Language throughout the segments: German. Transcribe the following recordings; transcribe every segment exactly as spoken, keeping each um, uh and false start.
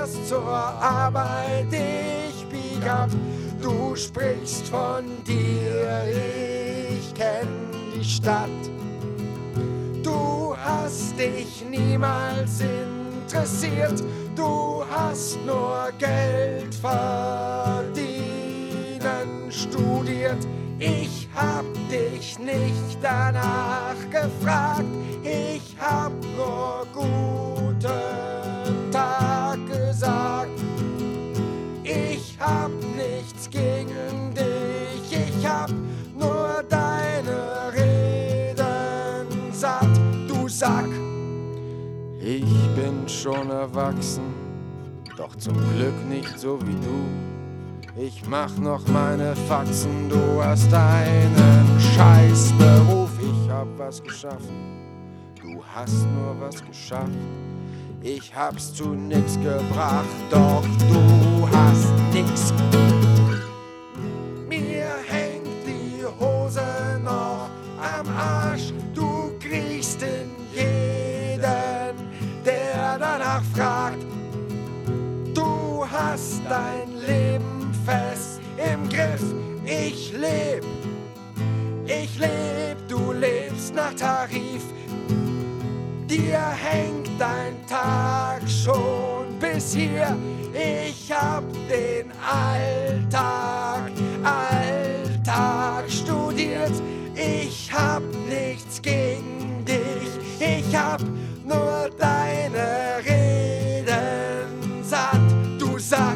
fährst zur Arbeit, ich bieg ab. Du sprichst von dir, ich kenn die Stadt. Du hast dich niemals interessiert, du hast nur Geld verdienen studiert. Ich hab dich nicht danach gefragt, ich hab nur guten Tag gesagt. Ich hab nichts gegen dich, ich hab nur deine Reden satt. Du Sack, ich bin schon erwachsen, doch zum Glück nicht so wie du. Ich mach noch meine Faxen, du hast einen Scheißberuf. Ich hab was geschaffen, du hast nur was geschafft. Ich hab's zu nix gebracht, doch du hast nix. Mir hängt die Hose noch am Arsch, du kriegst in jeden, der danach fragt. Du hast dein Leben fest im Griff, ich leb, ich leb, du lebst nach Tarif. Dir hängt dein Tag schon bis hier, ich hab den Alltag, Alltag studiert. Ich hab nichts gegen dich, ich hab nur deine Reden satt, du Sack.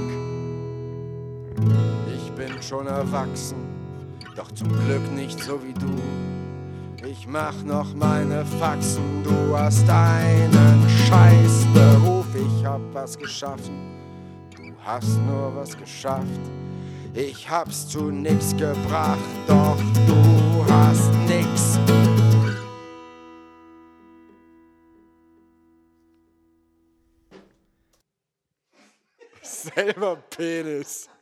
Ich bin schon erwachsen, doch zum Glück nicht so wie du. Ich mach noch meine Faxen, du hast einen Scheißberuf. Ich hab was geschaffen, du hast nur was geschafft. Ich hab's zu nix gebracht, doch du hast nix. Selber Penis.